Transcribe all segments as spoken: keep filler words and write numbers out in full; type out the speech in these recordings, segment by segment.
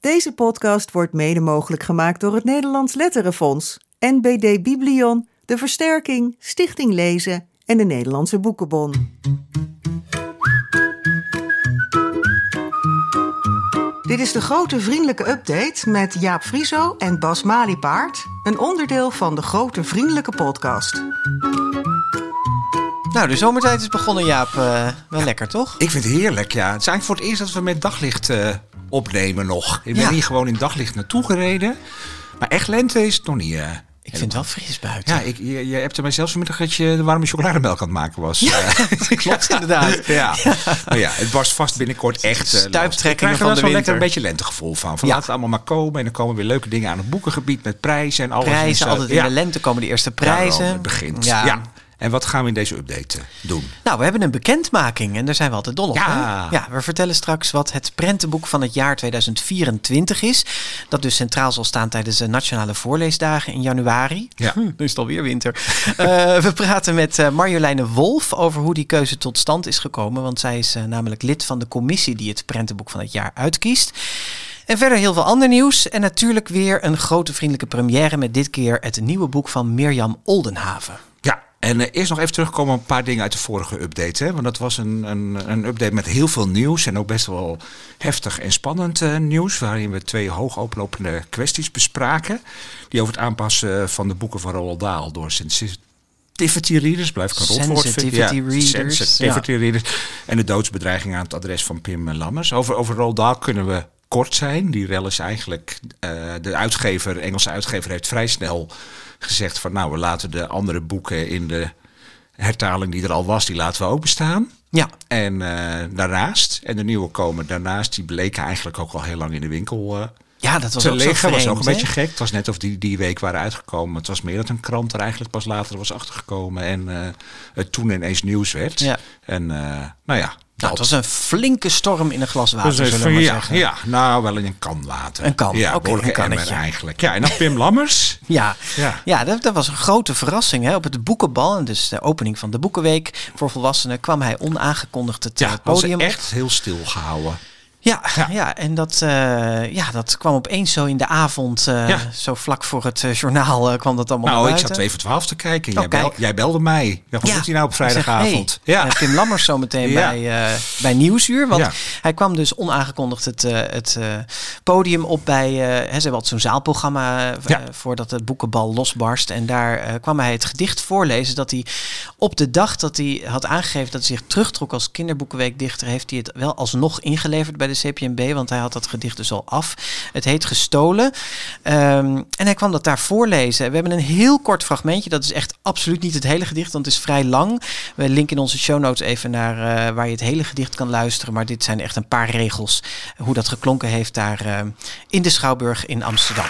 Deze podcast wordt mede mogelijk gemaakt door het Nederlands Letterenfonds, N B D Biblion, De Versterking, Stichting Lezen en de Nederlandse Boekenbon. Dit is de grote vriendelijke update met Jaap Frieso en Bas Maliepaard, een onderdeel van de grote vriendelijke podcast. Nou, de zomertijd is begonnen, Jaap. Uh, wel ja, lekker, toch? Ik vind het heerlijk, ja. Het is eigenlijk voor het eerst dat we met daglicht uh, opnemen nog. Ik ben ja. hier gewoon in daglicht naartoe gereden. Maar echt lente is het nog niet. Uh, ik vind het wel fris buiten. Ja, ik, je, je hebt er mij zelfs vanmiddag dat je de warme chocolademelk aan het maken was. Ja, dat klopt inderdaad. Ja. Ja. Maar ja, het was vast binnenkort echt uh, stuiptrekkingen van de winter. Ik krijg er wel lekker een beetje lentegevoel van. Van ja. laat het allemaal maar komen. En dan komen weer leuke dingen aan het boekengebied met prijzen en alles. Prijzen, en altijd in ja. de lente komen de eerste prijzen. Ja, het begint. Ja. ja. En wat gaan we in deze update doen? Nou, we hebben een bekendmaking en daar zijn we altijd dol op. Ja. Ja, we vertellen straks wat het prentenboek van het jaar tweeduizend vierentwintig is. Dat dus centraal zal staan tijdens de Nationale Voorleesdagen in januari. Ja. Hm, nu is het alweer winter. uh, we praten met uh, Marjoleine Wolf over hoe die keuze tot stand is gekomen. Want zij is uh, namelijk lid van de commissie die het prentenboek van het jaar uitkiest. En verder heel veel ander nieuws. En natuurlijk weer een grote vriendelijke première met dit keer het nieuwe boek van Mirjam Oldenhaven. Ja. En uh, eerst nog even terugkomen op een paar dingen uit de vorige update. Hè? Want dat was een, een, een update met heel veel nieuws. En ook best wel heftig en spannend uh, nieuws. Waarin we twee hoog oplopende kwesties bespraken. Die over het aanpassen van de boeken van Roald Dahl door sensitivity readers. Blijf ik een rotwoord vinden. Sensitivity ja, readers. Sensitivity ja. readers. En de doodsbedreiging aan het adres van Pim Lammers. Over, over Roald Dahl kunnen we kort zijn. Die rel is eigenlijk uh, de uitgever, de Engelse uitgever heeft vrij snel gezegd van nou, we laten de andere boeken in de hertaling die er al was, die laten we ook bestaan. Ja. En uh, daarnaast, en de nieuwe komen daarnaast, die bleken eigenlijk ook al heel lang in de winkel uh, ja, dat was te ook liggen. zo vreemd, was ook een hè? beetje gek. Het was net of die die week waren uitgekomen. Het was meer dat een krant er eigenlijk pas later was achtergekomen en uh, het toen ineens nieuws werd. Ja. En uh, nou ja. Nou, het was een flinke storm in een glas water, dus zullen we maar ja, zeggen. Ja, nou wel in een kan water. Een kan, ja, oké, okay, een kannetje. Eigenlijk. Ja, en dan Pim Lammers. Ja, ja. ja dat, dat was een grote verrassing. Hè. Op het boekenbal, en dus de opening van de Boekenweek voor volwassenen, kwam hij onaangekondigd het ja, podium was echt heel stil gehouden. Ja, ja. ja, en dat, uh, ja, dat kwam opeens zo in de avond, uh, ja. zo vlak voor het uh, journaal uh, kwam dat allemaal nou, naar buiten. buiten. Nou, ik zat twee voor twaalf te kijken. Oh, jij, bel, jij belde mij. Ja, wat ja. doet hij nou op vrijdagavond? Zeg, hey, ja. uh, Pim Lammers zometeen ja. bij, uh, bij Nieuwsuur. Want ja. hij kwam dus onaangekondigd het, uh, het uh, podium op bij... Uh, hè, ze hebben altijd zo'n zaalprogramma uh, ja. voordat het boekenbal losbarst. En daar uh, kwam hij het gedicht voorlezen dat hij op de dag dat hij had aangegeven dat hij zich terugtrok als kinderboekenweekdichter, heeft hij het wel alsnog ingeleverd bij de C P N B, want hij had dat gedicht dus al af. Het heet Gestolen. Um, en hij kwam dat daar voorlezen. We hebben een heel kort fragmentje. Dat is echt absoluut niet het hele gedicht, want het is vrij lang. We linken in onze show notes even naar uh, waar je het hele gedicht kan luisteren. Maar dit zijn echt een paar regels. Hoe dat geklonken heeft daar uh, in de Schouwburg in Amsterdam.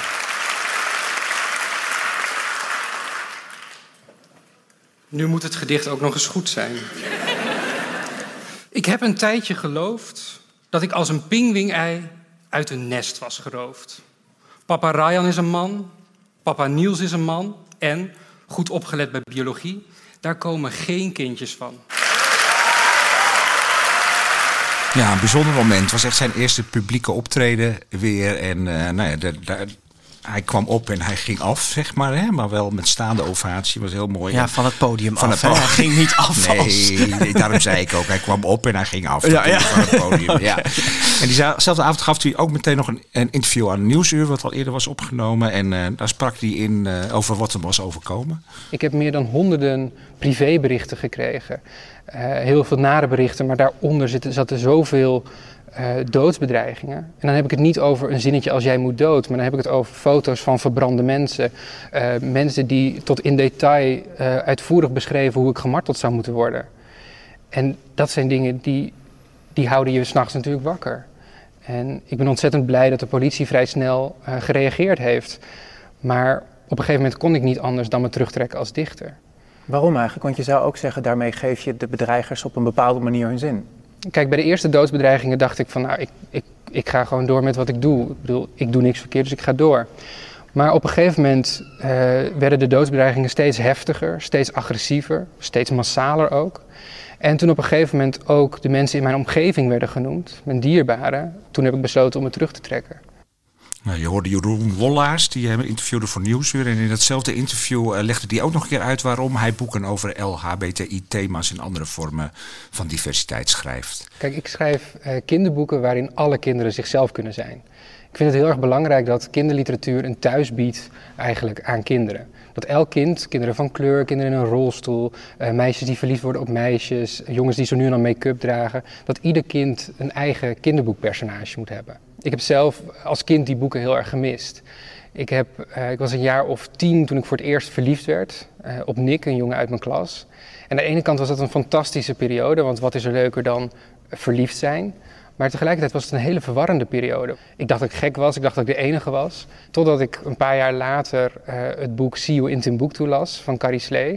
Nu moet het gedicht ook nog eens goed zijn. Ik heb een tijdje geloofd dat ik als een pingwing-ei uit een nest was geroofd. Papa Ryan is een man, papa Niels is een man en, goed opgelet bij biologie, daar komen geen kindjes van. Ja, een bijzonder moment. Het was echt zijn eerste publieke optreden weer. En uh, nou ja, de, de, hij kwam op en hij ging af, zeg maar. Hè? Maar wel met staande ovatie. Was heel mooi. Ja, van het podium van af. Het, hij ging niet af. Nee, nee, daarom zei ik ook. Hij kwam op en hij ging af. Ja, ja. Van het podium. Ja. En diezelfde avond gaf hij ook meteen nog een, een interview aan Nieuwsuur, wat al eerder was opgenomen. En uh, daar sprak hij in uh, over wat hem was overkomen. Ik heb meer dan honderden privéberichten gekregen. Uh, heel veel nare berichten, maar daaronder zitten, zaten zoveel uh, doodsbedreigingen. En dan heb ik het niet over een zinnetje als jij moet dood, maar dan heb ik het over foto's van verbrande mensen. Uh, mensen die tot in detail uh, uitvoerig beschreven hoe ik gemarteld zou moeten worden. En dat zijn dingen die, die houden je 's nachts natuurlijk wakker. En ik ben ontzettend blij dat de politie vrij snel uh, gereageerd heeft. Maar op een gegeven moment kon ik niet anders dan me terugtrekken als dichter. Waarom eigenlijk? Want je zou ook zeggen, daarmee geef je de bedreigers op een bepaalde manier hun zin. Kijk, bij de eerste doodsbedreigingen dacht ik van, nou, ik, ik, ik ga gewoon door met wat ik doe. Ik bedoel, ik doe niks verkeerd, dus ik ga door. Maar op een gegeven moment uh, werden de doodsbedreigingen steeds heftiger, steeds agressiever, steeds massaler ook. En toen op een gegeven moment ook de mensen in mijn omgeving werden genoemd, mijn dierbaren, toen heb ik besloten om me terug te trekken. Nou, je hoorde Jeroen Wollaars, die hem interviewde voor Nieuwsuur. En in datzelfde interview uh, legde hij ook nog een keer uit waarom hij boeken over L H B T I-thema's en andere vormen van diversiteit schrijft. Kijk, ik schrijf uh, kinderboeken waarin alle kinderen zichzelf kunnen zijn. Ik vind het heel erg belangrijk dat kinderliteratuur een thuis biedt eigenlijk aan kinderen. Dat elk kind, kinderen van kleur, kinderen in een rolstoel, uh, meisjes die verliefd worden op meisjes, jongens die zo nu en dan make-up dragen, dat ieder kind een eigen kinderboekpersonage moet hebben. Ik heb zelf als kind die boeken heel erg gemist. Ik, heb, uh, ik was een jaar of tien toen ik voor het eerst verliefd werd uh, op Nick, een jongen uit mijn klas. En aan de ene kant was dat een fantastische periode, want wat is er leuker dan verliefd zijn? Maar tegelijkertijd was het een hele verwarrende periode. Ik dacht dat ik gek was, ik dacht dat ik de enige was. Totdat ik een paar jaar later uh, het boek See You in Timbuktu las van Carrie Slee.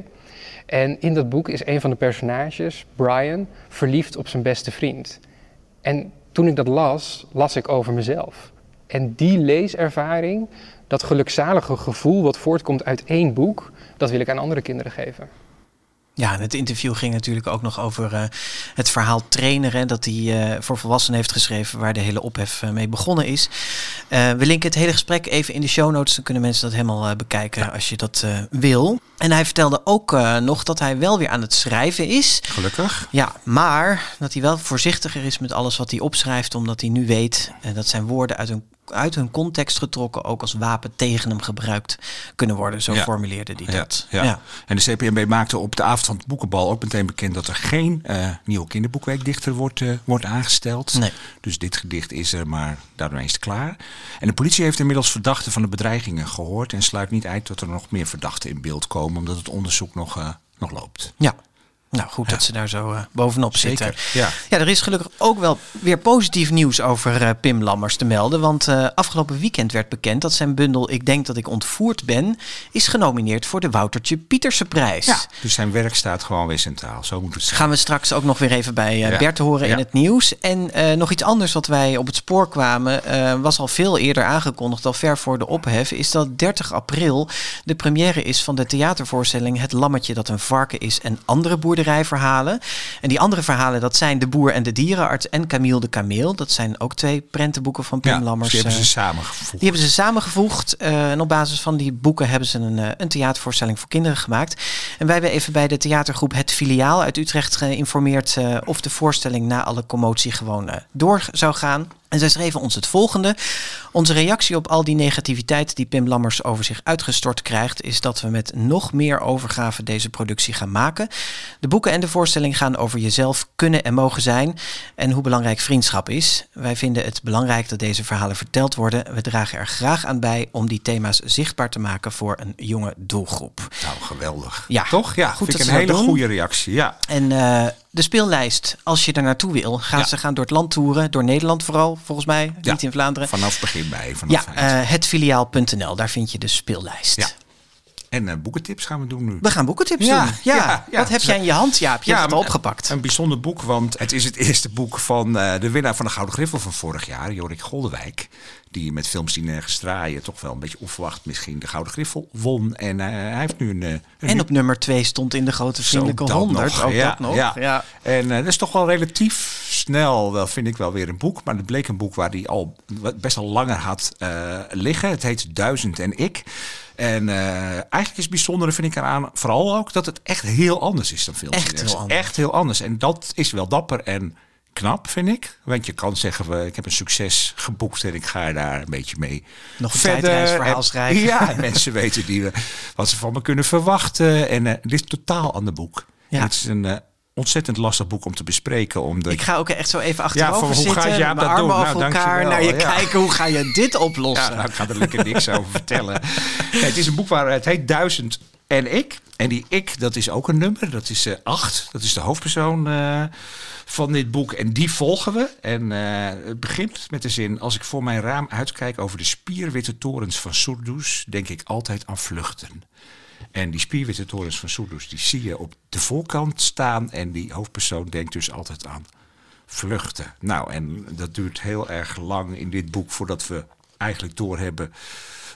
En in dat boek is een van de personages, Brian, verliefd op zijn beste vriend. En toen ik dat las, las ik over mezelf. En die leeservaring, dat gelukzalige gevoel wat voortkomt uit één boek, dat wil ik aan andere kinderen geven. Ja, en het interview ging natuurlijk ook nog over uh, het verhaal Trainer, dat hij uh, voor volwassenen heeft geschreven, waar de hele ophef uh, mee begonnen is. Uh, we linken het hele gesprek even in de show notes, dan kunnen mensen dat helemaal uh, bekijken ja. als je dat uh, wil. En hij vertelde ook uh, nog dat hij wel weer aan het schrijven is. Gelukkig. Ja, maar dat hij wel voorzichtiger is met alles wat hij opschrijft, omdat hij nu weet uh, dat zijn woorden uit een uit hun context getrokken ook als wapen tegen hem gebruikt kunnen worden. Zo ja. formuleerde hij dat. Ja, ja. Ja. En de C P M B maakte op de avond van het boekenbal ook meteen bekend dat er geen uh, nieuwe kinderboekweekdichter wordt, uh, wordt aangesteld. Nee. Dus dit gedicht is er, maar daarmee is het klaar. En de politie heeft inmiddels verdachten van de bedreigingen gehoord en sluit niet uit dat er nog meer verdachten in beeld komen, omdat het onderzoek nog, uh, nog loopt. Ja. Nou, goed ja. dat ze daar zo uh, bovenop Zeker, zitten. Ja. ja, er is gelukkig ook wel weer positief nieuws over uh, Pim Lammers te melden. Want uh, afgelopen weekend werd bekend dat zijn bundel Ik denk dat ik ontvoerd ben is genomineerd voor de Woutertje Pietersenprijs. Ja, dus zijn werk staat gewoon weer centraal. Zo moet het zijn. Gaan we straks ook nog weer even bij uh, ja. Bert horen ja. in het nieuws. En uh, nog iets anders wat wij op het spoor kwamen, uh, was al veel eerder aangekondigd, al ver voor de ophef, is dat dertig april de première is van de theatervoorstelling Het Lammetje dat een varken is en andere boerderijverhalen. En die andere verhalen, dat zijn De Boer en de Dierenarts en Camille de Kameel. Dat zijn ook twee prentenboeken van Pim ja, Lammers. Die hebben ze samengevoegd. Die hebben ze samengevoegd. Uh, en op basis van die boeken hebben ze een, uh, een theatervoorstelling voor kinderen gemaakt. En wij hebben even bij de theatergroep Het Filiaal uit Utrecht geïnformeerd uh, of de voorstelling na alle commotie gewoon uh, door zou gaan. En zij schreven ons het volgende. Onze reactie op al die negativiteit die Pim Lammers over zich uitgestort krijgt, is dat we met nog meer overgave deze productie gaan maken. De boeken en de voorstelling gaan over jezelf kunnen en mogen zijn en hoe belangrijk vriendschap is. Wij vinden het belangrijk dat deze verhalen verteld worden. We dragen er graag aan bij om die thema's zichtbaar te maken voor een jonge doelgroep. Nou, geweldig. Ja, toch? Ja, goed, vind dat ik een hele doen. goede reactie. Ja. En uh, de speellijst, als je er naartoe wil, gaan ja. ze gaan door het land toeren, door Nederland vooral, volgens mij, ja. niet in Vlaanderen. Vanaf begin bij. Vanaf ja, uh, het filiaal punt n l, daar vind je de speellijst. Ja. En uh, boekentips gaan we doen nu. We gaan boekentips ja, doen. Ja. Ja, ja. Wat heb jij in je hand, Jaap? Je ja, hebt het al opgepakt. Een bijzonder boek, want het is het eerste boek van uh, de winnaar van de Gouden Griffel van vorig jaar, Jorik Goldewijk. Die met Films die nergens draaien toch wel een beetje onverwacht misschien de Gouden Griffel won. En uh, hij heeft nu een... een en op nummer twee stond in de Grote Vriendelijke honderd. Nog. Ook ja, dat nog. Ja. Ja. En uh, dat is toch wel relatief snel, wel vind ik wel weer een boek. Maar het bleek een boek waar hij al best al langer had uh, liggen. Het heet Duizend en ik. En uh, eigenlijk is het bijzondere, vind ik eraan, vooral ook dat het echt heel anders is dan Films. Echt heel anders. Echt heel anders. En dat is wel dapper en knap, vind ik. Want je kan zeggen, ik heb een succes geboekt en ik ga daar een beetje mee nog een verder. tijdreisverhaal schrijven. Ja, mensen weten die, wat ze van me kunnen verwachten. En uh, dit is totaal ander boek. Ja. Het is een uh, ontzettend lastig boek om te bespreken. Omdat ik ga ook echt zo even achterover ja, hoe zitten, ga je mijn dat armen doen? over Nou, elkaar, naar je ja. kijken, hoe ga je dit oplossen? Ja, nou, ik ga er lekker niks over vertellen. Ja, het is een boek waar het heet Duizend en ik. En die ik, dat is ook een nummer. Dat is uh, acht. Dat is de hoofdpersoon uh, van dit boek. En die volgen we. En uh, het begint met de zin: als ik voor mijn raam uitkijk over de spierwitte torens van Soerdus, denk ik altijd aan vluchten. En die spierwitte torens van Soerdus, die zie je op de voorkant staan. En die hoofdpersoon denkt dus altijd aan vluchten. Nou, en dat duurt heel erg lang in dit boek voordat we eigenlijk doorhebben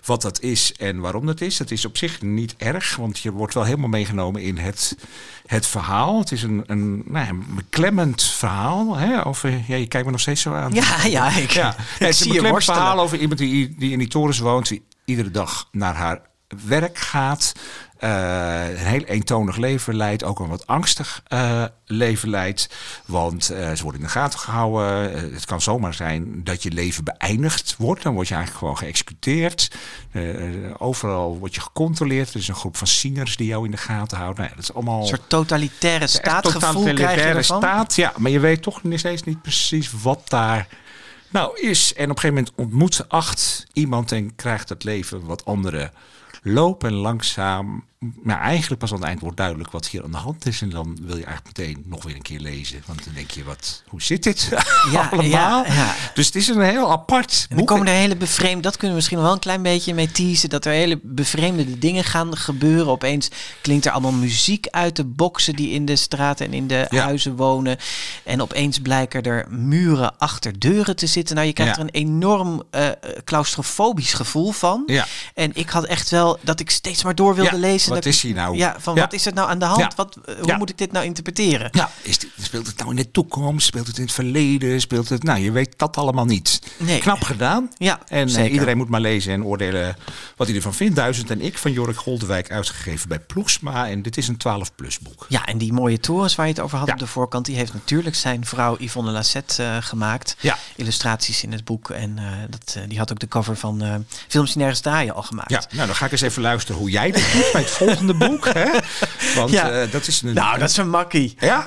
wat dat is en waarom dat is. Dat is op zich niet erg, want je wordt wel helemaal meegenomen in het, het verhaal. Het is een, een, nou, een beklemmend verhaal. Hè? Over, ja, je kijkt me nog steeds zo aan. Ja, ja, ik, ja. ik het is zie een je beklemmend worstelen. verhaal over iemand die, die in die torens woont, die iedere dag naar haar werk gaat. Uh, een heel eentonig leven leidt, ook een wat angstig uh, leven leidt. Want uh, ze worden in de gaten gehouden. Uh, het kan zomaar zijn dat je leven beëindigd wordt. Dan word je eigenlijk gewoon geëxecuteerd. Uh, overal word je gecontroleerd. Er is een groep van zieners die jou in de gaten houden. Nou ja, dat is allemaal een soort totalitaire staatgevoel krijg je ervan. Staat, ja, maar je weet toch nog steeds niet precies wat daar nou is. En op een gegeven moment ontmoet ze acht iemand en krijgt het leven wat andere loop en langzaam. Maar eigenlijk pas aan het eind wordt duidelijk wat hier aan de hand is. En dan wil je eigenlijk meteen nog weer een keer lezen. Want dan denk je, wat, hoe zit dit ja, allemaal? Ja, ja. Dus het is een heel apart en dan komen er hele bevreemde, dat kunnen we misschien nog wel een klein beetje mee teasen. Dat er hele bevreemde dingen gaan gebeuren. Opeens klinkt er allemaal muziek uit de boksen die in de straten en in de ja. huizen wonen. En opeens blijken er muren achter deuren te zitten. Nou, je krijgt ja. er een enorm uh, claustrofobisch gevoel van. Ja. En ik had echt wel dat ik steeds maar door wilde ja. lezen. Wat is hier nou? Ja, van ja. wat is er nou aan de hand? Ja. Wat, uh, hoe ja. moet ik dit nou interpreteren? Ja, is dit, speelt het nou in de toekomst? Speelt het in het verleden? Speelt het? Nou, je weet dat allemaal niet. Nee. Knap gedaan. Ja, en uh, iedereen moet maar lezen en oordelen wat hij ervan vindt. Duizend en ik van Jorik Goldewijk, uitgegeven bij Ploegsma. En dit is een twaalf plus boek. Ja, en die mooie torens waar je het over had ja. op de voorkant, die heeft natuurlijk zijn vrouw Yvonne Lassette uh, gemaakt. Ja. Illustraties in het boek. En uh, dat, uh, die had ook de cover van uh, Films die nergens draaien al gemaakt. Ja, nou dan ga ik eens even luisteren hoe jij dit doet bij het volgende boek. Hè? Want ja. uh, dat is een... Nou, dat is een makkie. Ja?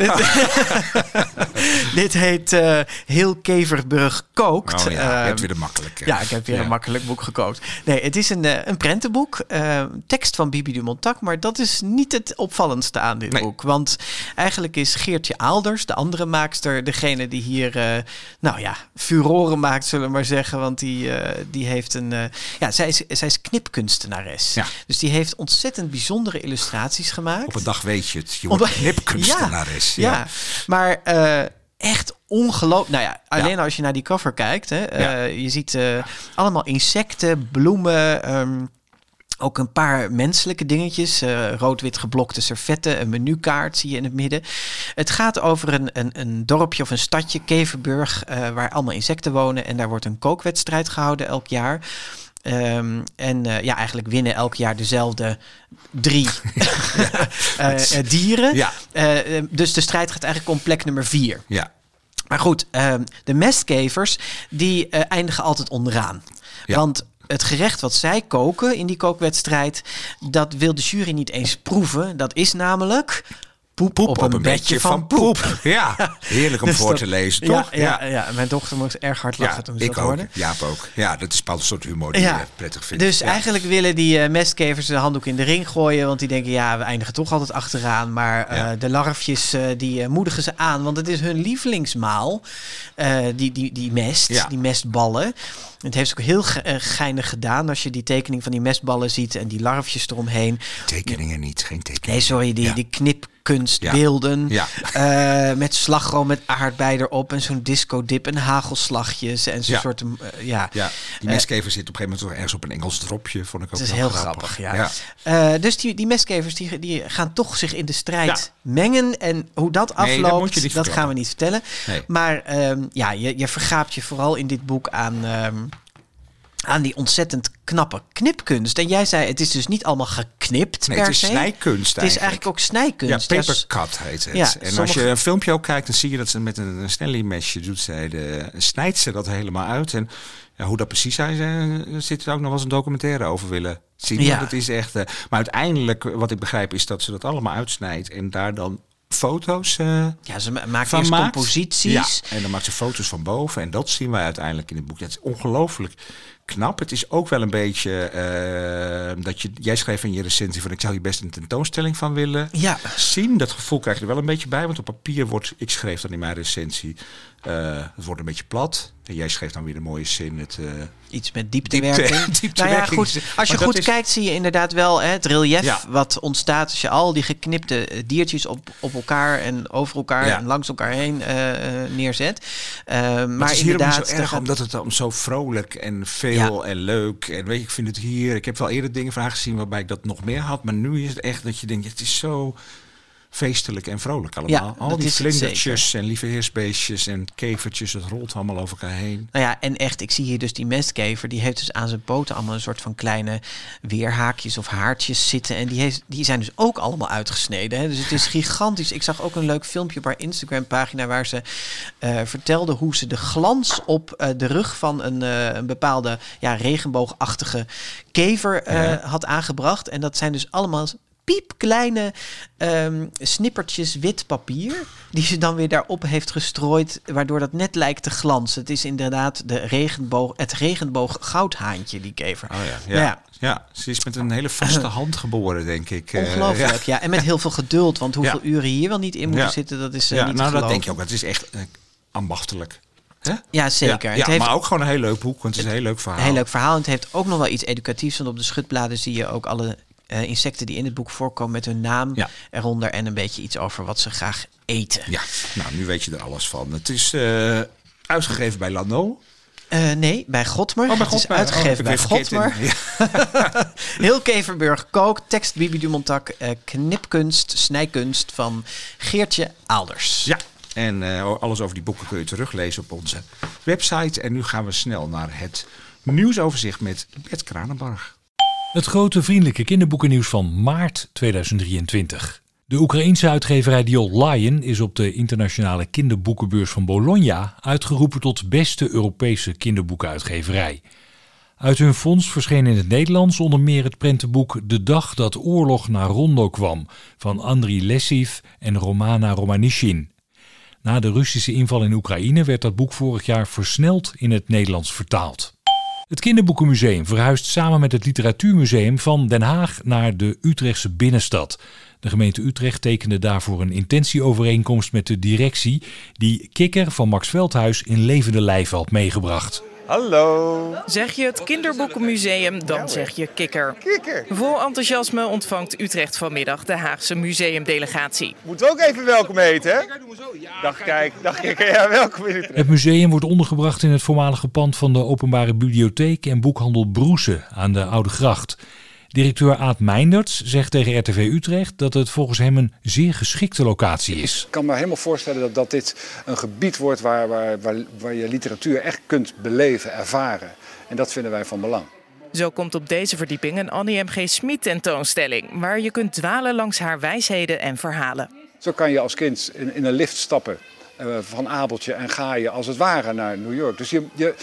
Dit heet uh, Heel Keverburg kookt. Oh ja, uh, je hebt weer een makkelijk. Ja, ik heb weer ja. een makkelijk boek gekookt. Nee, het is een, uh, een prentenboek. Uh, tekst van Bibi Dumontac, maar dat is niet het opvallendste aan dit nee. boek. Want eigenlijk is Geertje Aalders, de andere maakster, degene die hier, uh, nou ja, furoren maakt, zullen we maar zeggen. Want die, uh, die heeft een... Uh, ja, zij is, zij is knipkunstenares. Ja. Dus die heeft ontzettend bijzondere illustraties gemaakt. Op een dag weet je het. Je wordt knipkunstenares. Ja, ja. ja. maar uh, echt ongelooflijk. Nou ja, alleen ja. als je naar die cover kijkt. Hè, ja. uh, je ziet uh, ja. allemaal insecten, bloemen. Um, ook een paar menselijke dingetjes. Uh, rood-wit geblokte servetten. Een menukaart zie je in het midden. Het gaat over een, een, een dorpje of een stadje, Keverburg, uh, waar allemaal insecten wonen. En daar wordt een kookwedstrijd gehouden elk jaar. Um, en uh, ja, eigenlijk winnen elk jaar dezelfde drie ja. uh, uh, dieren. Ja. Uh, dus de strijd gaat eigenlijk om plek nummer vier. Ja. Maar goed, uh, de mestkevers die uh, eindigen altijd onderaan. Ja. Want het gerecht wat zij koken in die kookwedstrijd, dat wil de jury niet eens proeven. Dat is namelijk poep, poep op, op een, een bedje, bedje van, van poep. poep. Ja, heerlijk om dus voor dat, te lezen, toch? Ja, ja, ja. ja, mijn dochter moest erg hard lachen ja, toen ze ik dat ook. hoorde. Jaap ook. Ja, dat is een bepaald soort humor die ja. je prettig vindt. Dus ja. eigenlijk willen die uh, mestkevers de handdoek in de ring gooien, want die denken, ja, we eindigen toch altijd achteraan. Maar uh, ja. de larfjes, uh, die uh, moedigen ze aan, want het is hun lievelingsmaal, uh, die, die, die mest, ja. die mestballen. Het heeft ze ook heel ge- uh, geinig gedaan als je die tekening van die mestballen ziet en die larfjes eromheen. Tekeningen niet, geen tekeningen. Nee, sorry, die, ja. die knipkunstbeelden. Ja. Ja. Uh, met slagroom, met aardbei erop en zo'n disco-dip en hagelslagjes en zo'n ja. soort... Uh, ja. ja, die mestkever uh, zit op een gegeven moment toch ergens op een Engels dropje, vond ik ook. Dat is heel grappig, grappig ja. ja. Uh, dus die, die mestkevers die, die gaan toch zich in de strijd ja. mengen. En hoe dat nee, afloopt, dat, dat gaan we niet vertellen. Nee. Maar um, ja, je, je vergaapt je vooral in dit boek aan... Um, aan die ontzettend knappe knipkunst. En jij zei, het is dus niet allemaal geknipt nee, per het is se. snijkunst Het is eigenlijk ook snijkunst. Ja, papercut heet het. Ja, en sommige... als je een filmpje ook kijkt, dan zie je dat ze met een, een Stanley-mesje doet. Zij de, snijdt ze dat helemaal uit. En ja, hoe dat precies is, daar zit er ook nog wel eens een documentaire over willen zien. Ja. Dat is echt, uh, maar uiteindelijk, wat ik begrijp, is dat ze dat allemaal uitsnijdt en daar dan foto's uh, ja, ze maakt van eerst maakt. composities. Ja, en dan maakt ze foto's van boven. En dat zien wij uiteindelijk in het boek. Dat is ongelooflijk knap. Het is ook wel een beetje... Uh, dat je, jij schreef in je recensie van... ik zou hier best een tentoonstelling van willen ja. zien. Dat gevoel krijg je er wel een beetje bij. Want op papier wordt... ik schreef dan in mijn recensie... Uh, het wordt een beetje plat. En jij schreef dan weer de mooie zin. Het, uh, Iets met dieptewerking. Diepte, dieptewerking. Nou ja, goed. Als je maar goed is... kijkt, zie je inderdaad wel hè, het relief ja. wat ontstaat als je al die geknipte diertjes op, op elkaar en over elkaar ja. en langs elkaar heen uh, neerzet. Uh, maar, maar het is inderdaad, hier zo erg, gaat... omdat het dan zo vrolijk en veel ja. en leuk. En weet je, ik vind het hier. Ik heb wel eerder dingen van gezien waarbij ik dat nog meer had. Maar nu is het echt dat je denkt, het is zo feestelijk en vrolijk allemaal. Ja, al die vlindertjes en lieve heersbeestjes en kevertjes, het rolt allemaal over elkaar heen. Nou ja, en echt, ik zie hier dus die mestkever, die heeft dus aan zijn poten allemaal een soort van kleine weerhaakjes of haartjes zitten. En die, heeft, die zijn dus ook allemaal uitgesneden. Hè? Dus het is gigantisch. Ik zag ook een leuk filmpje op haar Instagram-pagina waar ze uh, vertelde hoe ze de glans op uh, de rug van een, uh, een bepaalde ja, regenboogachtige kever uh, ja. had aangebracht. En dat zijn dus allemaal piepkleine um, snippertjes wit papier die ze dan weer daarop heeft gestrooid, waardoor dat net lijkt te glanzen. Het is inderdaad de regenboog, het regenboog goudhaantje, die kever. Oh ja, ja. ja. ja, ze is met een hele vaste hand geboren, denk ik. Ongelooflijk, uh, ja. ja. En met heel veel geduld, want hoeveel ja. uren hier wel niet in moeten ja. zitten, dat is uh, ja, niet nou, te dat denk je ook. Het is echt uh, ambachtelijk. Hè? Ja, zeker. Ja, het ja heeft, maar ook gewoon een heel leuk boek, want het is een heel leuk verhaal. Een heel leuk verhaal. En het heeft ook nog wel iets educatiefs, want op de schutbladen zie je ook alle Uh, insecten die in het boek voorkomen met hun naam ja. eronder en een beetje iets over wat ze graag eten. Ja, nou, nu weet je er alles van. Het is uh, uitgegeven bij Lano. Uh, nee, bij Godmer. Oh, bij het is Godmer. uitgegeven oh, bij Godmer. In, ja. Heel Keverburg Kook, tekst Bibi Dumontak, uh, knipkunst, snijkunst van Geertje Aalders. Ja, en uh, alles over die boeken kun je teruglezen op onze website. En nu gaan we snel naar het nieuwsoverzicht met Bert Kranenbarg. Het grote vriendelijke kinderboekennieuws van maart tweeduizend drieëntwintig. De Oekraïense uitgeverij Diol Lion is op de internationale kinderboekenbeurs van Bologna uitgeroepen tot beste Europese kinderboekenuitgeverij. Uit hun fonds verscheen in het Nederlands onder meer het prentenboek De dag dat oorlog naar Rondo kwam van Andriy Lessiv en Romana Romanishin. Na de Russische inval in Oekraïne werd dat boek vorig jaar versneld in het Nederlands vertaald. Het Kinderboekenmuseum verhuist samen met het Literatuurmuseum van Den Haag naar de Utrechtse binnenstad. De gemeente Utrecht tekende daarvoor een intentieovereenkomst met de directie die Kikker van Max Veldhuis in levende lijven had meegebracht. Hallo. Zeg je het Kinderboekenmuseum, dan zeg je Kikker. Kikker. Vol enthousiasme ontvangt Utrecht vanmiddag de Haagse museumdelegatie. Moeten we ook even welkom heten, hè? Dag Kijk, dag Kikker. Ja, welkom in Utrecht. Het museum wordt ondergebracht in het voormalige pand van de Openbare Bibliotheek en Boekhandel Broese aan de Oude Gracht. Directeur Aad Meinderts zegt tegen R T V Utrecht dat het volgens hem een zeer geschikte locatie is. Ik kan me helemaal voorstellen dat, dat dit een gebied wordt waar, waar, waar, waar je literatuur echt kunt beleven, ervaren. En dat vinden wij van belang. Zo komt op deze verdieping een Annie M G Smit tentoonstelling, waar je kunt dwalen langs haar wijsheden en verhalen. Zo kan je als kind in, in een lift stappen uh, van Abeltje en ga je als het ware naar New York. Dus je, je,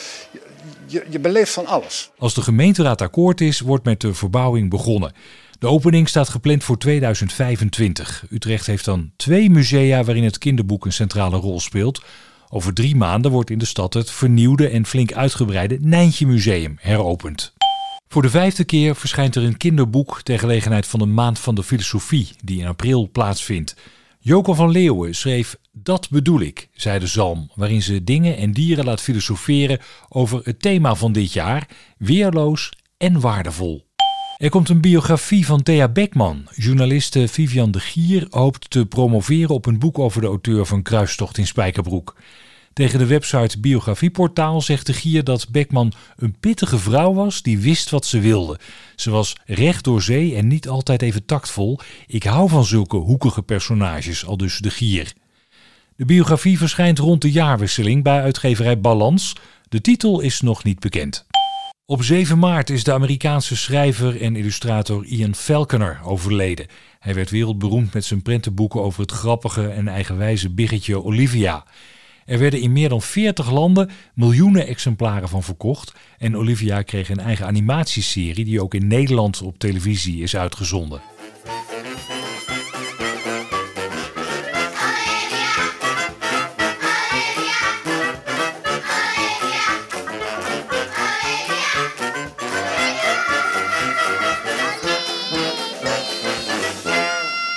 je, je beleeft van alles. Als de gemeenteraad akkoord is, wordt met de verbouwing begonnen. De opening staat gepland voor tweeduizend vijfentwintig. Utrecht heeft dan twee musea waarin het kinderboek een centrale rol speelt. Over drie maanden wordt in de stad het vernieuwde en flink uitgebreide Nijntje Museum heropend. Voor de vijfde keer verschijnt er een kinderboek ter gelegenheid van de Maand van de Filosofie, die in april plaatsvindt. Joko van Leeuwen schreef Dat bedoel ik, zei de zalm, waarin ze dingen en dieren laat filosoferen over het thema van dit jaar, weerloos en waardevol. Er komt een biografie van Thea Beckman. Journaliste Vivian de Gier hoopt te promoveren op een boek over de auteur van Kruistocht in Spijkerbroek. Tegen de website Biografieportaal zegt de Gier dat Beckman een pittige vrouw was die wist wat ze wilde. Ze was recht door zee en niet altijd even tactvol. Ik hou van zulke hoekige personages, aldus de Gier. De biografie verschijnt rond de jaarwisseling bij uitgeverij Balans. De titel is nog niet bekend. Op zeven maart is de Amerikaanse schrijver en illustrator Ian Falconer overleden. Hij werd wereldberoemd met zijn prentenboeken over het grappige en eigenwijze biggetje Olivia. Er werden in meer dan veertig landen miljoenen exemplaren van verkocht en Olivia kreeg een eigen animatieserie die ook in Nederland op televisie is uitgezonden.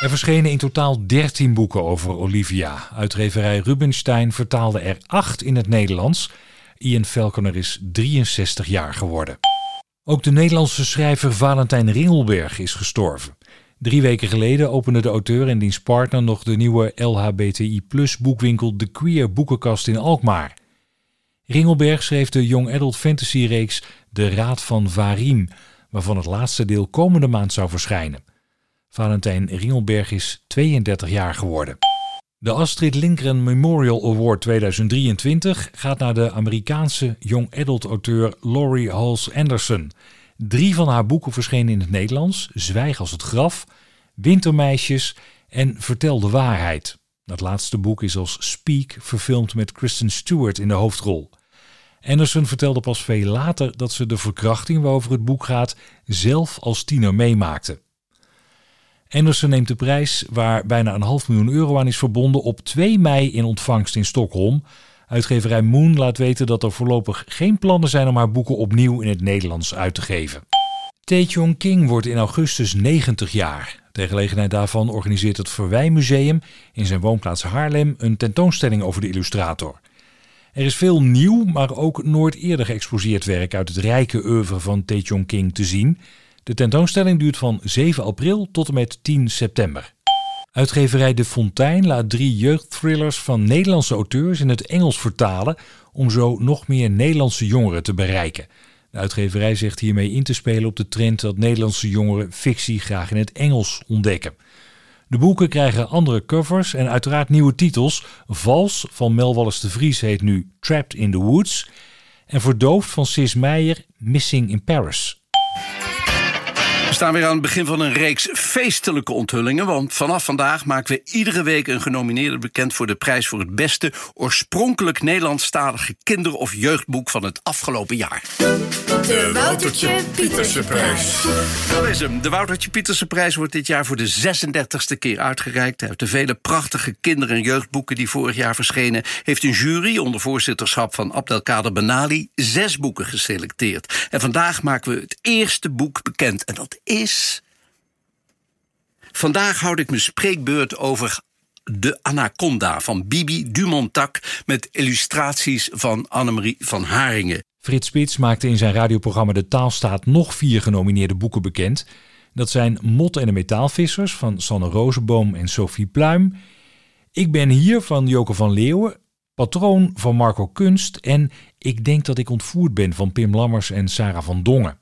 Er verschenen in totaal dertien boeken over Olivia. Uitgeverij Rubinstein vertaalde er acht in het Nederlands. Ian Falconer is drieënzestig jaar geworden. Ook de Nederlandse schrijver Valentijn Ringelberg is gestorven. Drie weken geleden opende de auteur en diens partner nog de nieuwe L H B T I plus boekwinkel De Queer Boekenkast in Alkmaar. Ringelberg schreef de young adult fantasy reeks De Raad van Varim, waarvan het laatste deel komende maand zou verschijnen. Valentijn Ringelberg is tweeëndertig jaar geworden. De Astrid Lindgren Memorial Award tweeduizend drieëntwintig gaat naar de Amerikaanse young adult auteur Laurie Halse Anderson. Drie van haar boeken verschenen in het Nederlands: Zwijg als het graf, Wintermeisjes en Vertel de waarheid. Dat laatste boek is als Speak verfilmd met Kristen Stewart in de hoofdrol. Anderson vertelde pas veel later dat ze de verkrachting waarover het boek gaat zelf als tiener meemaakte. Anderson neemt de prijs, waar bijna een half miljoen euro aan is verbonden, op twee mei in ontvangst in Stockholm. Uitgeverij Moon laat weten dat er voorlopig geen plannen zijn om haar boeken opnieuw in het Nederlands uit te geven. Tae-Jong King wordt in augustus negentig jaar. Ter gelegenheid daarvan organiseert het Verwijmuseum in zijn woonplaats Haarlem een tentoonstelling over de illustrator. Er is veel nieuw, maar ook nooit eerder geëxposeerd werk uit het rijke oeuvre van Tae-Jong King te zien. De tentoonstelling duurt van zeven april tot en met tien september. Uitgeverij De Fontein laat drie jeugdthrillers van Nederlandse auteurs in het Engels vertalen om zo nog meer Nederlandse jongeren te bereiken. De uitgeverij zegt hiermee in te spelen op de trend dat Nederlandse jongeren fictie graag in het Engels ontdekken. De boeken krijgen andere covers en uiteraard nieuwe titels. Vals van Mel Wallace de Vries heet nu Trapped in the Woods. En Verdoofd van Sis Meijer Missing in Paris. We staan weer aan het begin van een reeks feestelijke onthullingen. Want vanaf vandaag maken we iedere week een genomineerde bekend voor de prijs voor het beste oorspronkelijk Nederlandstalige kinder- of jeugdboek van het afgelopen jaar. De Woutertje Pietersenprijs. Dat is hem. De Woutertje Pietersenprijs wordt dit jaar voor de zesendertigste keer uitgereikt. Uit de vele prachtige kinder- en jeugdboeken die vorig jaar verschenen, heeft een jury onder voorzitterschap van Abdelkader Benali zes boeken geselecteerd. En vandaag maken we het eerste boek bekend. En dat is... Vandaag houd ik mijn spreekbeurt over De Anaconda van Bibi Dumontac met illustraties van Annemarie van Haringen. Frits Spits maakte in zijn radioprogramma De Taalstaat nog vier genomineerde boeken bekend. Dat zijn Mot en de Metaalvissers van Sanne Rozenboom en Sophie Pluim, Ik ben hier van Joke van Leeuwen, Patroon van Marco Kunst en Ik denk dat ik ontvoerd ben van Pim Lammers en Sarah van Dongen.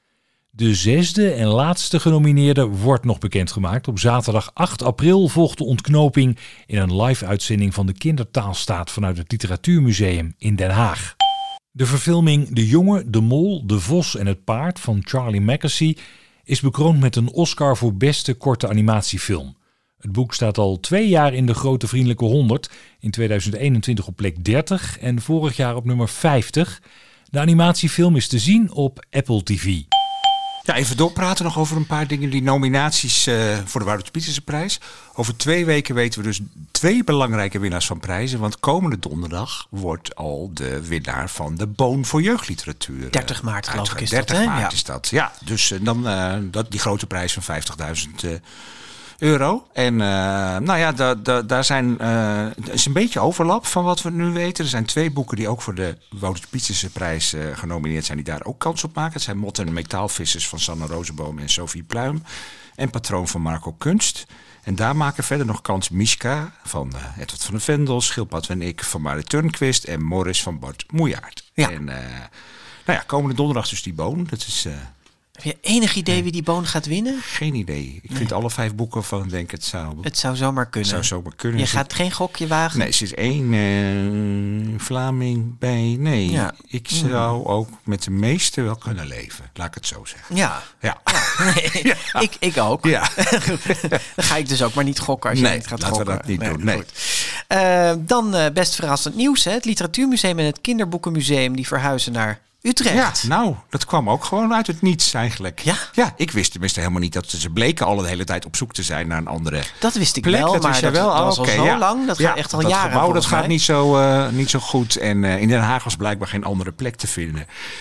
De zesde en laatste genomineerde wordt nog bekendgemaakt. Op zaterdag acht april volgt de ontknoping in een live-uitzending van de Kindertaalstaat vanuit het Literatuurmuseum in Den Haag. De verfilming De Jongen, de Mol, de Vos en het Paard van Charlie Mackesy is bekroond met een Oscar voor beste korte animatiefilm. Het boek staat al twee jaar in de Grote Vriendelijke honderd, in tweeduizend eenentwintig op plek dertig en vorig jaar op nummer vijftig. De animatiefilm is te zien op Apple T V. Ja, even doorpraten nog over een paar dingen. Die nominaties uh, voor de Woutertje Pietersenprijs. Over twee weken weten we dus twee belangrijke winnaars van prijzen. Want komende donderdag wordt al de winnaar van de Boon voor Jeugdliteratuur. dertig maart geloof ik is dertig dat, hè? maart Ja. is dat. Ja, dus uh, dan uh, dat, die grote prijs van vijftigduizend uh, euro. En uh, nou ja, da, da, daar zijn uh, is een beetje overlap van wat we nu weten. Er zijn twee boeken die ook voor de Woutertje Pietersenprijs uh, genomineerd zijn, die daar ook kans op maken. Het zijn Mot en de Metaalvissers van Sanne Rozenboom en Sophie Pluim. En Patroon van Marco Kunst. En daar maken verder nog kans Mischka van uh, Edward van den Vendel, Schildpad en ik van Marit Turnquist en Morris van Bart Moejaert. Ja. En uh, nou ja, komende donderdag dus die Boon. Dat is... Uh, Heb je enig idee wie die Boon gaat winnen? Geen idee. Ik nee. vind alle vijf boeken van denk het zou... Het zou zomaar kunnen. Het zou zomaar kunnen. Je gaat geen gokje wagen? Nee, er zit één uh, Vlaming bij. Nee, ja. ik zou mm. ook met de meeste wel kunnen leven. Laat ik het zo zeggen. Ja. Ja. ja. Nee, ja. Ik, ik ook. Ja. Dan ga ik dus ook maar niet gokken als je nee, niet gaat laten gokken. we dat niet nee, doen. Nee. Uh, dan uh, best verrassend nieuws. Hè? Het Literatuurmuseum en het Kinderboekenmuseum die verhuizen naar Utrecht. Ja, nou, dat kwam ook gewoon uit het niets eigenlijk. Ja? Ja, ik wist tenminste helemaal niet dat ze bleken al de hele tijd op zoek te zijn naar een andere Dat wist ik plek. wel, dat maar dat, wel. dat was okay, al zo ja. lang. Dat ja, gaat echt al dat jaren. Gebouw, dat mij. gaat niet zo, uh, niet zo goed. En uh, in Den Haag was blijkbaar geen andere plek te vinden.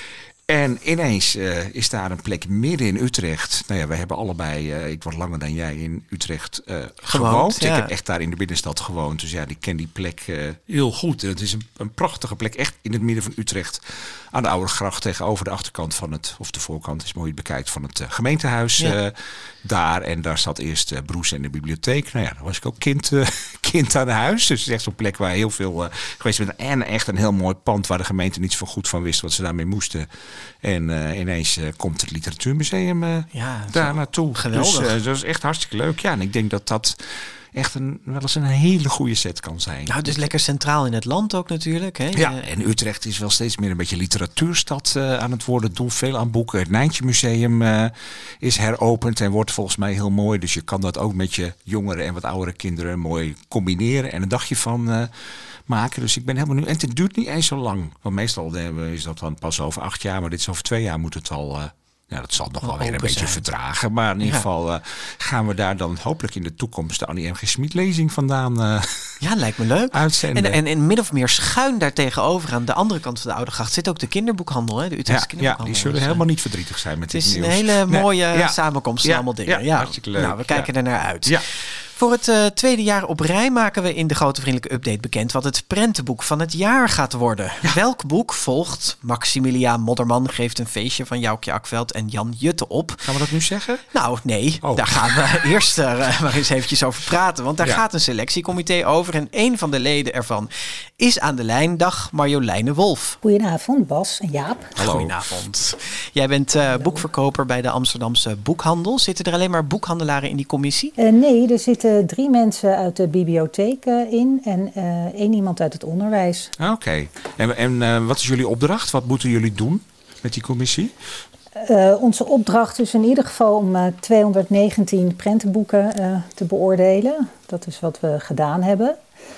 En ineens uh, is daar een plek midden in Utrecht. Nou ja, we hebben allebei, uh, ik was langer dan jij in Utrecht uh, gewoond. gewoond. Ja. Ik heb echt daar in de binnenstad gewoond. Dus ja, ik ken die plek uh, heel goed. En het is een, een prachtige plek, echt in het midden van Utrecht. Aan de Oude Gracht tegenover de achterkant van het, of de voorkant is mooi je bekijkt, van het uh, gemeentehuis. Ja. Uh, daar. En daar zat eerst uh, Broes en de bibliotheek. Nou ja, dan was ik ook kind, uh, kind aan huis. Dus het is echt zo'n plek waar heel veel uh, geweest ben. En echt een heel mooi pand waar de gemeente niet zo goed van wist wat ze daarmee moesten. En uh, ineens uh, komt het Literatuurmuseum uh, ja, daar naartoe. Geweldig. Dus uh, dat is echt hartstikke leuk. Ja, en ik denk dat dat echt een, wel eens een hele goede set kan zijn. Nou, het is lekker centraal in het land ook natuurlijk. Hè? Ja, en Utrecht is wel steeds meer een beetje literatuurstad uh, aan het worden. Doen veel aan boeken. Het Nijntje Museum uh, is heropend en wordt volgens mij heel mooi. Dus je kan dat ook met je jongere en wat oudere kinderen mooi combineren en een dagje van uh, maken. Dus ik ben helemaal nu. En het duurt niet eens zo lang. Want meestal uh, is dat dan pas over acht jaar, maar dit is over twee jaar moet het al. Uh, Ja, dat zal nog wel weer een beetje zijn. vertragen. Maar in ieder ja. geval uh, gaan we daar dan hopelijk in de toekomst de Annie M G Schmid lezing vandaan uh, ja, lijkt me leuk. uitzenden. En, en, en min of meer schuin daartegenover aan de andere kant van de Oude Gracht zit ook de kinderboekhandel. Hè? De Utrechtse ja, kinderboekhandel. Ja, die zullen helemaal niet verdrietig zijn met dit nieuws. Het is een hele mooie nee. ja. samenkomst. Ja. Allemaal dingen. Ja, ja, hartstikke leuk. Nou, we kijken ja. er naar uit. Ja. Voor het uh, tweede jaar op rij maken we in de Grote Vriendelijke Update bekend wat het prentenboek van het jaar gaat worden. Ja. Welk boek volgt? Maximiliaan Modderman geeft een feestje van Joukje Akveld en Jan Jutte op. Gaan we dat nu zeggen? Nou, nee. Oh. Daar gaan we eerst uh, maar eens eventjes over praten. Want daar ja. gaat een selectiecomité over. En een van de leden ervan is aan de lijn. Dag Marjoleine Wolf. Goedenavond Bas en Jaap. Hallo. Goedenavond. Jij bent uh, boekverkoper bij de Amsterdamse Boekhandel. Zitten er alleen maar boekhandelaren in die commissie? Uh, nee, er zitten drie mensen uit de bibliotheek uh, in en uh, één iemand uit het onderwijs. Oké. Okay. En, en uh, wat is jullie opdracht? Wat moeten jullie doen met die commissie? Uh, onze opdracht is in ieder geval om uh, tweehonderdnegentien prentenboeken uh, te beoordelen. Dat is wat we gedaan hebben.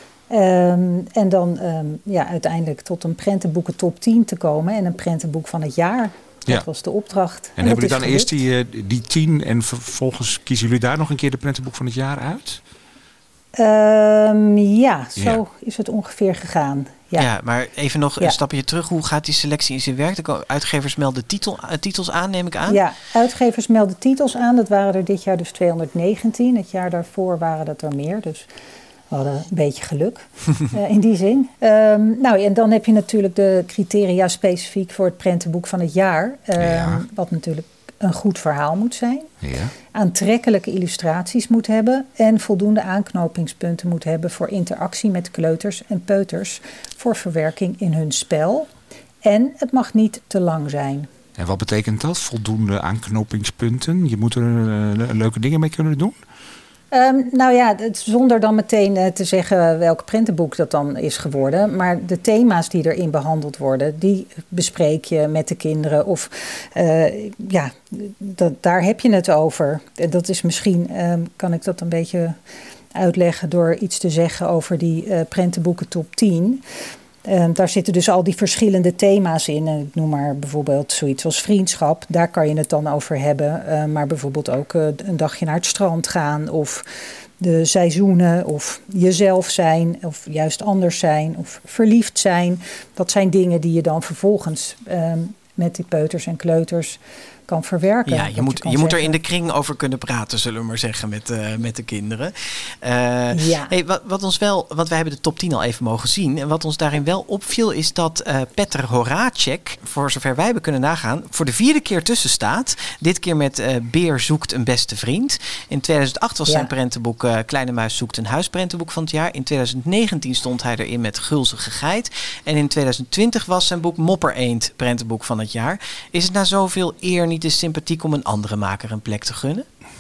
Um, en dan um, ja, uiteindelijk tot een prentenboeken top tien te komen en een prentenboek van het jaar. Dat ja. was de opdracht. En, en hebben jullie dan eerst die, uh, die tien en vervolgens kiezen jullie daar nog een keer de prentenboek van het jaar uit? Um, ja, zo ja. is het ongeveer gegaan. Ja, ja maar even nog ja. een stapje terug. Hoe gaat die selectie in zijn werk? De uitgevers melden titel, uh, titels aan, neem ik aan? Ja, uitgevers melden titels aan. Dat waren er dit jaar dus tweehonderdnegentien. Het jaar daarvoor waren dat er meer, dus we hadden een beetje geluk uh, in die zin. Um, nou, en dan heb je natuurlijk de criteria specifiek voor het prentenboek van het jaar. Um, ja. Wat natuurlijk een goed verhaal moet zijn. Ja. Aantrekkelijke illustraties moet hebben. En voldoende aanknopingspunten moet hebben voor interactie met kleuters en peuters. Voor verwerking in hun spel. En het mag niet te lang zijn. En wat betekent dat? Voldoende aanknopingspunten? Je moet er uh, leuke dingen mee kunnen doen? Um, nou ja, het, zonder dan meteen uh, te zeggen welk prentenboek dat dan is geworden. Maar de thema's die erin behandeld worden, die bespreek je met de kinderen. Of uh, ja, dat, daar heb je het over. En dat is misschien, um, kan ik dat een beetje uitleggen door iets te zeggen over die uh, prentenboeken top tien. Um, daar zitten dus al die verschillende thema's in. Ik noem maar bijvoorbeeld zoiets als vriendschap. Daar kan je het dan over hebben. Uh, maar bijvoorbeeld ook uh, een dagje naar het strand gaan. Of de seizoenen. Of jezelf zijn. Of juist anders zijn. Of verliefd zijn. Dat zijn dingen die je dan vervolgens um, met die peuters en kleuters kan verwerken. Ja, je, moet, je, je moet er in de kring over kunnen praten, zullen we maar zeggen, met, uh, met de kinderen. Uh, ja. Hey, wat, wat ons wel, want wij hebben de top tien al even mogen zien. En wat ons daarin wel opviel is dat uh, Petr Horacek, voor zover wij hebben kunnen nagaan, voor de vierde keer tussen staat. Dit keer met uh, Beer zoekt een beste vriend. In tweeduizend acht was ja. zijn prentenboek uh, Kleine Muis zoekt een huisprentenboek van het jaar. In tweeduizend negentien stond hij erin met Gulzige Geit. En in tweeduizend twintig was zijn boek Moppereend prentenboek van het jaar. Is het na zoveel eer niet de sympathiek om een andere maker een plek te gunnen?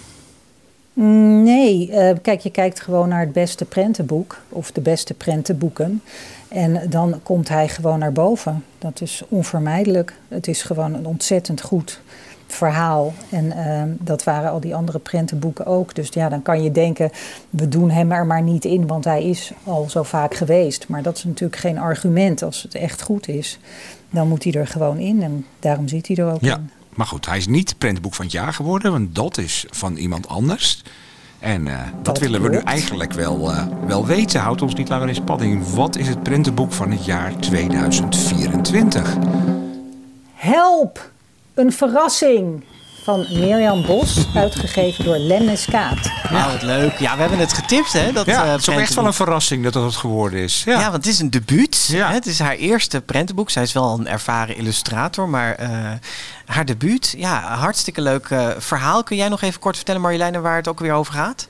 Nee, uh, kijk, je kijkt gewoon naar het beste prentenboek of de beste prentenboeken. En dan komt hij gewoon naar boven. Dat is onvermijdelijk. Het is gewoon een ontzettend goed verhaal. En uh, dat waren al die andere prentenboeken ook. Dus ja, dan kan je denken, we doen hem er maar niet in, want hij is al zo vaak geweest. Maar dat is natuurlijk geen argument. Als het echt goed is, dan moet hij er gewoon in. En daarom zit hij er ook ja. in. Maar goed, hij is niet prentenboek van het jaar geworden, want dat is van iemand anders. En uh, dat, dat willen we nu eigenlijk wel, uh, wel weten. Houdt ons niet langer in spanning. Wat is het prentenboek van het jaar tweeduizend vierentwintig? Help! Een verrassing! Van Mirjam Bos, uitgegeven door Lemniskaat. Nou, wat leuk. Ja, we hebben het getipt, hè? Dat, ja, uh, het is ook echt wel een verrassing dat dat het geworden is. Ja, ja want het is een debuut. Ja. Hè? Het is haar eerste prentenboek. Zij is wel een ervaren illustrator, maar uh, haar debuut, ja, hartstikke leuk uh, verhaal. Kun jij nog even kort vertellen, Marjoleine, waar het ook weer over gaat?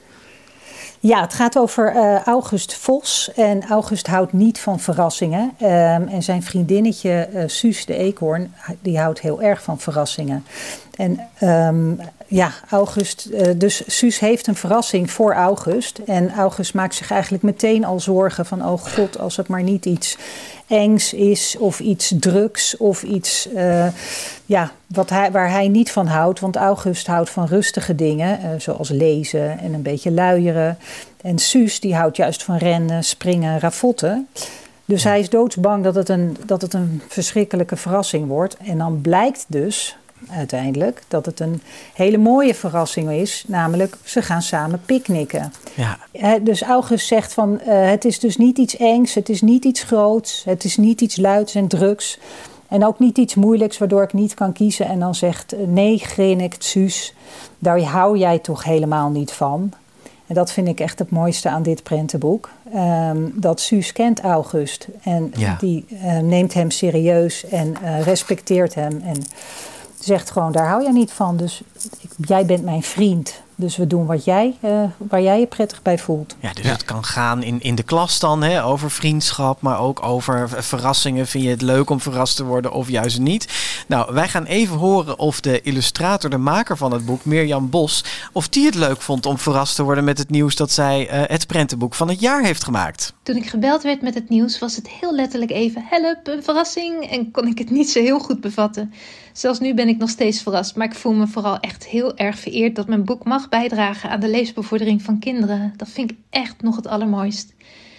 Ja, het gaat over uh, August Vos. En August houdt niet van verrassingen. Um, en zijn vriendinnetje uh, Suus de Eekhoorn, die houdt heel erg van verrassingen. En um, ja, August, uh, dus Suus heeft een verrassing voor August. En August maakt zich eigenlijk meteen al zorgen van, oh god, als het maar niet iets engs is of iets drugs of iets uh, ja, wat hij, waar hij niet van houdt. Want August houdt van rustige dingen, uh, zoals lezen en een beetje luieren. En Suus die houdt juist van rennen, springen, ravotten. Dus hij is doodsbang dat het een, dat het een verschrikkelijke verrassing wordt. En dan blijkt dus uiteindelijk dat het een hele mooie verrassing is. Namelijk, ze gaan samen picknicken. Ja. Dus August zegt van, uh, het is dus niet iets engs, het is niet iets groots, het is niet iets luids en drugs. En ook niet iets moeilijks waardoor ik niet kan kiezen. En dan zegt, nee, grinnikt Suus, daar hou jij toch helemaal niet van. En dat vind ik echt het mooiste aan dit prentenboek. Um, dat Suus kent August en ja. die uh, neemt hem serieus en uh, respecteert hem en zegt gewoon, daar hou jij niet van. Dus ik, jij bent mijn vriend. Dus we doen wat jij, uh, waar jij je prettig bij voelt. Ja, dus ja. het kan gaan in, in de klas dan, hè, over vriendschap, maar ook over verrassingen. Vind je het leuk om verrast te worden of juist niet? Nou, wij gaan even horen of de illustrator, de maker van het boek, Mirjam Bos, of die het leuk vond om verrast te worden met het nieuws dat zij uh, het prentenboek van het jaar heeft gemaakt. Toen ik gebeld werd met het nieuws was het heel letterlijk even help, een verrassing, en kon ik het niet zo heel goed bevatten. Zelfs nu ben ik nog steeds verrast, maar ik voel me vooral echt heel erg vereerd dat mijn boek mag bijdragen aan de leesbevordering van kinderen. Dat vind ik echt nog het allermooist.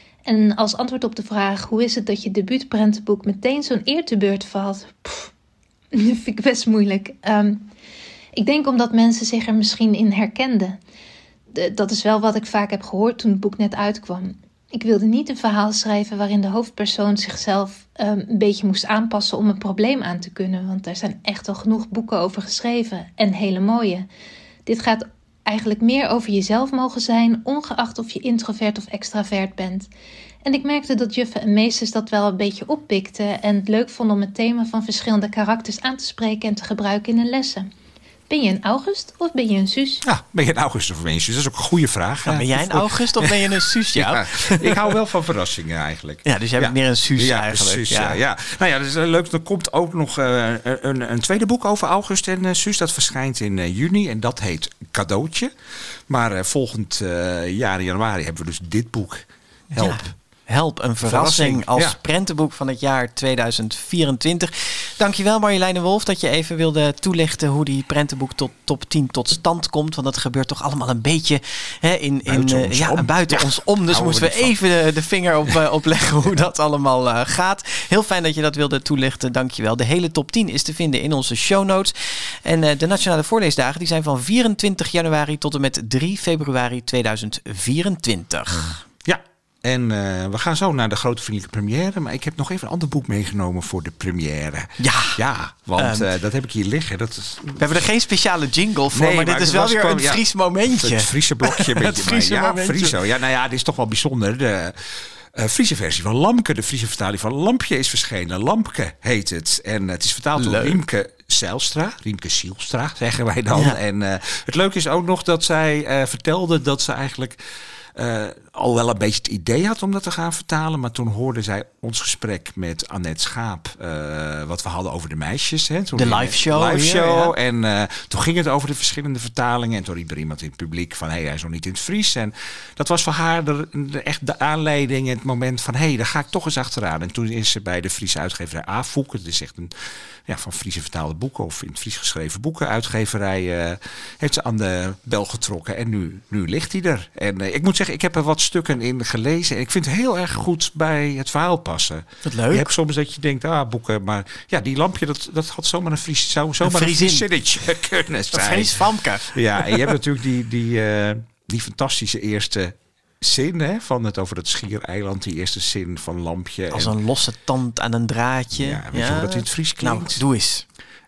En als antwoord op de vraag, hoe is het dat je debuutprentenboek meteen zo'n eer te beurt valt? Pff, dat vind ik best moeilijk. Um, ik denk omdat mensen zich er misschien in herkenden. De, dat is wel wat ik vaak heb gehoord toen het boek net uitkwam. Ik wilde niet een verhaal schrijven waarin de hoofdpersoon zichzelf um, een beetje moest aanpassen om een probleem aan te kunnen. Want er zijn echt al genoeg boeken over geschreven en hele mooie. Dit gaat eigenlijk meer over jezelf mogen zijn, ongeacht of je introvert of extravert bent. En ik merkte dat juffen en meesters dat wel een beetje oppikten en het leuk vonden om het thema van verschillende karakters aan te spreken en te gebruiken in hun lessen. Ben je een August of ben je een Suus? Ja, ben je een August of ben je een Suus? Dat is ook een goede vraag. Ja, ben jij een August of ben je een Suus? Ja. Ja, ik hou wel van verrassingen eigenlijk. Ja, dus jij bent ja. meer een Suus ja, eigenlijk. Precies, ja. ja, ja. Nou ja, dat is leuk. Er komt ook nog uh, een, een tweede boek over August en uh, Suus. Dat verschijnt in uh, juni en dat heet Cadeautje. Maar uh, volgend uh, jaar in januari hebben we dus dit boek. Help. Ja. Help, een verrassing, verrassing als ja. prentenboek van het jaar tweeduizend vierentwintig. Dankjewel Marjoleine Wolf dat je even wilde toelichten hoe die prentenboek tot top tien tot stand komt. Want dat gebeurt toch allemaal een beetje hè, in, in, buiten, ons, ja, om. buiten ja. ons om. Dus moesten we, we even de, de vinger op, uh, opleggen hoe dat allemaal uh, gaat. Heel fijn dat je dat wilde toelichten, dankjewel. De hele top tien is te vinden in onze show notes. En uh, de Nationale Voorleesdagen die zijn van vierentwintig januari tot en met drie februari tweeduizend vierentwintig. Ja. En uh, we gaan zo naar de grote vriendelijke première. Maar ik heb nog even een ander boek meegenomen voor de première. Ja. Ja, want um, uh, dat heb ik hier liggen. Dat is... We hebben er geen speciale jingle voor, nee, maar, maar dit is wel weer gewoon, een Fries ja, momentje. Het Friese blokje. Een het Friese ja, momentje. Friso. Ja, nou ja, dit is toch wel bijzonder. De uh, Friese versie van Lampke. De Friese vertaling van Lampje is verschenen. Lampke heet het. En het is vertaald door Riemke Zijlstra. Riemke Zielstra, zeggen wij dan. Ja. En uh, het leuke is ook nog dat zij uh, vertelde dat ze eigenlijk Uh, al wel een beetje het idee had om dat te gaan vertalen. Maar toen hoorde zij ons gesprek met Annette Schaap. Uh, wat we hadden over de meisjes. Hè, toen de live show. Live hier, show. Ja. En uh, toen ging het over de verschillende vertalingen. En toen riep er iemand in het publiek van, hé, hey, hij is nog niet in het Fries. En dat was voor haar de, de, echt de aanleiding. Het moment van, hé, hey, daar ga ik toch eens achteraan. En toen is ze bij de Friese uitgeverij Avoek. Het is echt een ja, van Friese vertaalde boeken of in het Fries geschreven boeken uitgeverij. Uh, heeft ze aan de bel getrokken. En nu, nu ligt hij er. En uh, ik moet zeggen, ik heb er wat stukken in gelezen. En ik vind het heel erg goed bij het verhaal passen. Wat leuk. Je hebt soms dat je denkt, ah, boeken. Maar ja, die Lampje, dat, dat had zomaar een Fries, zou zomaar een, een Fries zinnetje kunnen zijn. Een Fries famke. Ja, en je hebt natuurlijk die, die, uh, die fantastische eerste zin, hè, van het over het Schiereiland. Die eerste zin van Lampje. Als en, een losse tand aan een draadje. Ja, weet ja. je hoe dat in het Fries klinkt? Nou, doe eens.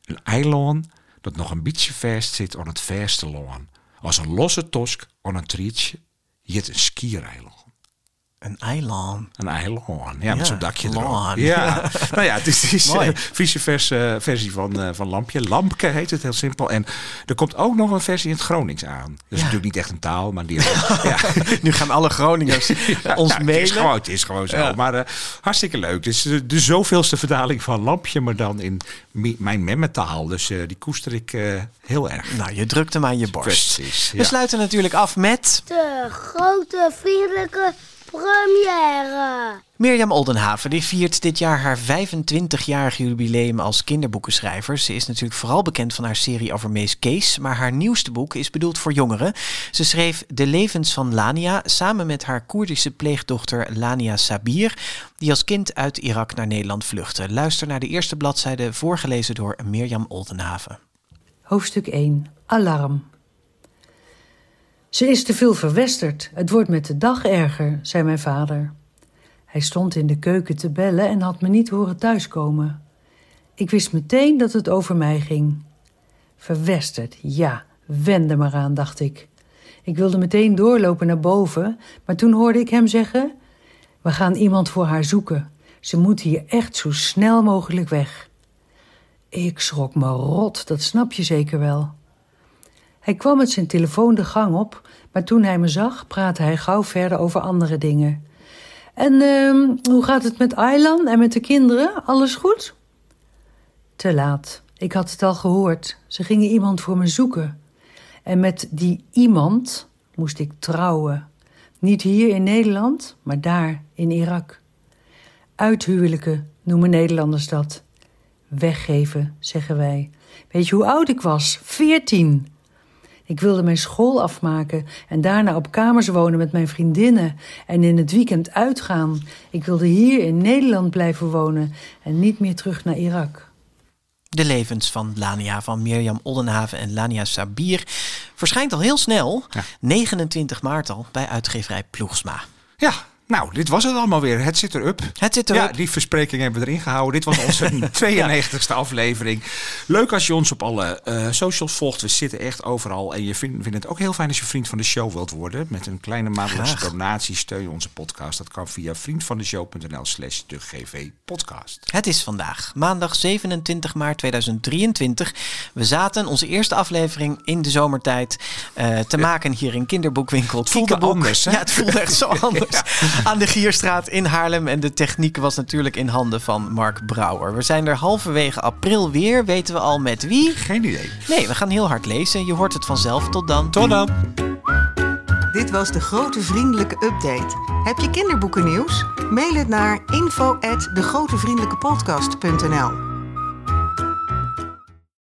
Een eiland dat nog een beetje vast zit aan het verste loon. Als een losse tosk aan een trietje, je het een skiereiland. Een eiland. Een eiland, ja, met Ja, zo'n dakje erop. lawn. Ja, nou ja, dit is Mooi. een Friese vers, uh, versie van, uh, van Lampje. Lampke heet het, heel simpel. En er komt ook nog een versie in het Gronings aan. Dat is natuurlijk niet echt een taal, maar die... ja. Nu gaan alle Groningers ja, ons nou, mailen. Het is gewoon, het is gewoon zo. Ja. Maar uh, hartstikke leuk. Dus de, de zoveelste vertaling van Lampje, maar dan in mi, mijn memmetaal. Dus uh, die koester ik uh, heel erg. Nou, je drukt hem aan je borst. Precies, We ja. sluiten natuurlijk af met... De grote vriendelijke première. Mirjam Oldenhaven die viert dit jaar haar vijfentwintigjarig jubileum als kinderboekenschrijver. Ze is natuurlijk vooral bekend van haar serie over Mees Kees, maar haar nieuwste boek is bedoeld voor jongeren. Ze schreef De levens van Lania samen met haar Koerdische pleegdochter Lania Sabir, die als kind uit Irak naar Nederland vluchtte. Luister naar de eerste bladzijde, voorgelezen door Mirjam Oldenhaven. Hoofdstuk één. Alarm. Ze is te veel verwesterd. Het wordt met de dag erger, zei mijn vader. Hij stond in de keuken te bellen en had me niet horen thuiskomen. Ik wist meteen dat het over mij ging. Verwesterd, ja, wend er maar aan, dacht ik. Ik wilde meteen doorlopen naar boven, maar toen hoorde ik hem zeggen: we gaan iemand voor haar zoeken. Ze moet hier echt zo snel mogelijk weg. Ik schrok me rot, dat snap je zeker wel. Hij kwam met zijn telefoon de gang op, maar toen hij me zag, praatte hij gauw verder over andere dingen. En uh, hoe gaat het met Aylan en met de kinderen? Alles goed? Te laat. Ik had het al gehoord. Ze gingen iemand voor me zoeken. En met die iemand moest ik trouwen. Niet hier in Nederland, maar daar in Irak. Uithuwelijken noemen Nederlanders dat. Weggeven, zeggen wij. Weet je hoe oud ik was? Veertien. Ik wilde mijn school afmaken en daarna op kamers wonen met mijn vriendinnen en in het weekend uitgaan. Ik wilde hier in Nederland blijven wonen en niet meer terug naar Irak. De levens van Lania van Mirjam Oldenhaven en Lania Sabir verschijnt al heel snel, ja. negenentwintig maart al, bij uitgeverij Ploegsma. Ja. Nou, dit was het allemaal weer. Het zit erop. Het zit erop. Ja, die verspreking hebben we erin gehouden. Dit was onze tweeënnegentigste ja. aflevering. Leuk als je ons op alle uh, socials volgt. We zitten echt overal. En je vindt, vindt het ook heel fijn als je vriend van de show wilt worden. Met een kleine maandelijkse donatie steun je onze podcast. Dat kan via vriendvandeshow.nl slash de GV podcast. Het is vandaag, maandag zevenentwintig maart tweeduizend drieëntwintig. We zaten onze eerste aflevering in de zomertijd uh, te maken hier in Kinderboekwinkel. Het voelde anders, hè? Ja, het voelde echt zo anders. Ja. Aan de Gierstraat in Haarlem. En de techniek was natuurlijk in handen van Mark Brouwer. We zijn er halverwege april weer. Weten we al met wie? Geen idee. Nee, we gaan heel hard lezen. Je hoort het vanzelf. Tot dan. Tot dan. Dit was de Grote Vriendelijke Update. Heb je kinderboekennieuws? Mail het naar info at de grote vriendelijke podcast punt n l.